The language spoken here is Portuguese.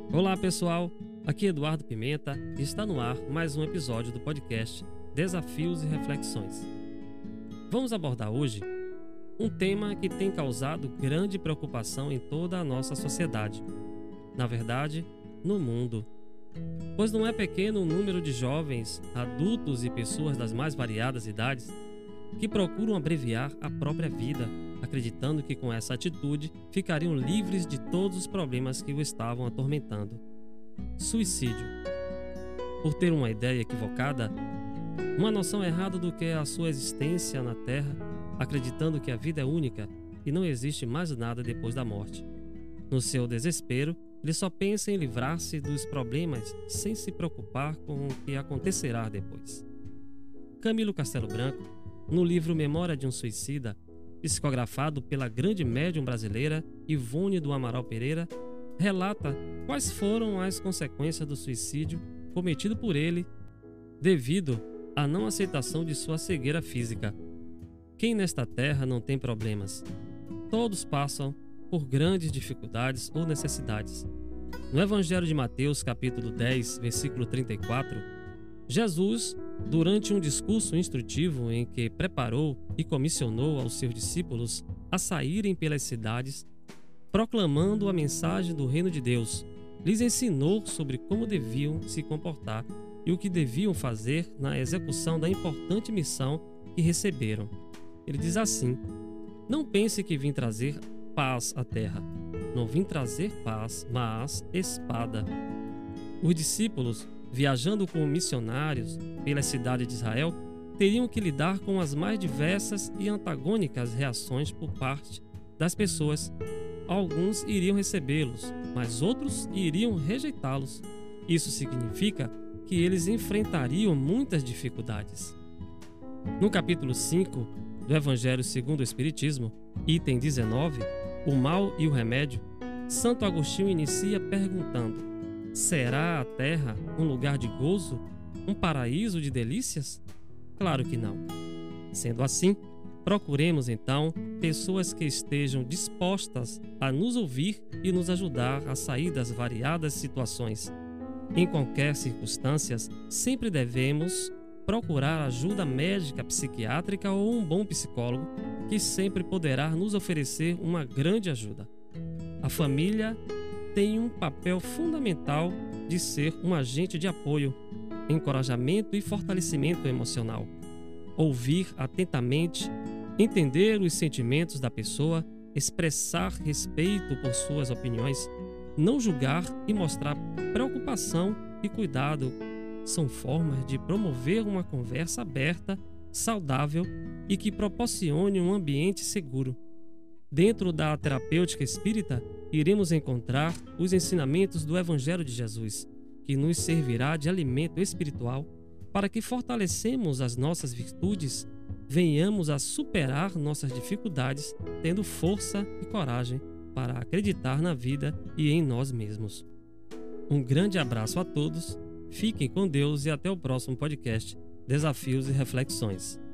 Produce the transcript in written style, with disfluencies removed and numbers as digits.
Olá pessoal, aqui é Eduardo Pimenta e está no ar mais um episódio do podcast Desafios e Reflexões. Vamos abordar hoje um tema que tem causado grande preocupação em toda a nossa sociedade, na verdade, no mundo. Pois não é pequeno o número de jovens, adultos e pessoas das mais variadas idades que procuram abreviar a própria vida, acreditando que com essa atitude ficariam livres de todos os problemas que o estavam atormentando. Suicídio. Por ter uma ideia equivocada, uma noção errada do que é a sua existência na Terra, acreditando que a vida é única e não existe mais nada depois da morte. No seu desespero, ele só pensa em livrar-se dos problemas sem se preocupar com o que acontecerá depois. Camilo Castelo Branco, no livro Memória de um Suicida, psicografado pela grande médium brasileira Ivone do Amaral Pereira, relata quais foram as consequências do suicídio cometido por ele devido à não aceitação de sua cegueira física. Quem nesta terra não tem problemas? Todos passam por grandes dificuldades ou necessidades. No Evangelho de Mateus, capítulo 10, versículo 34, Jesus, durante um discurso instrutivo em que preparou e comissionou aos seus discípulos a saírem pelas cidades, proclamando a mensagem do reino de Deus, lhes ensinou sobre como deviam se comportar e o que deviam fazer na execução da importante missão que receberam. Ele diz assim: não pense que vim trazer paz à terra. Não vim trazer paz, mas espada. Os discípulos, viajando como missionários pela cidade de Israel, teriam que lidar com as mais diversas e antagônicas reações por parte das pessoas. Alguns iriam recebê-los, mas outros iriam rejeitá-los. Isso significa que eles enfrentariam muitas dificuldades. No capítulo 5 do Evangelho segundo o Espiritismo, item 19, o mal e o remédio, Santo Agostinho inicia perguntando: será a terra um lugar de gozo, um paraíso de delícias? Claro que não. Sendo assim, procuremos então pessoas que estejam dispostas a nos ouvir e nos ajudar a sair das variadas situações. Em qualquer circunstância, sempre devemos procurar ajuda médica, psiquiátrica ou um bom psicólogo que sempre poderá nos oferecer uma grande ajuda. A família tem um papel fundamental de ser um agente de apoio, encorajamento e fortalecimento emocional. Ouvir atentamente, entender os sentimentos da pessoa, expressar respeito por suas opiniões, não julgar e mostrar preocupação e cuidado são formas de promover uma conversa aberta, saudável e que proporcione um ambiente seguro. Dentro da terapêutica espírita, iremos encontrar os ensinamentos do Evangelho de Jesus, que nos servirá de alimento espiritual para que fortalecemos as nossas virtudes, venhamos a superar nossas dificuldades, tendo força e coragem para acreditar na vida e em nós mesmos. Um grande abraço a todos, fiquem com Deus e até o próximo podcast Desafios e Reflexões.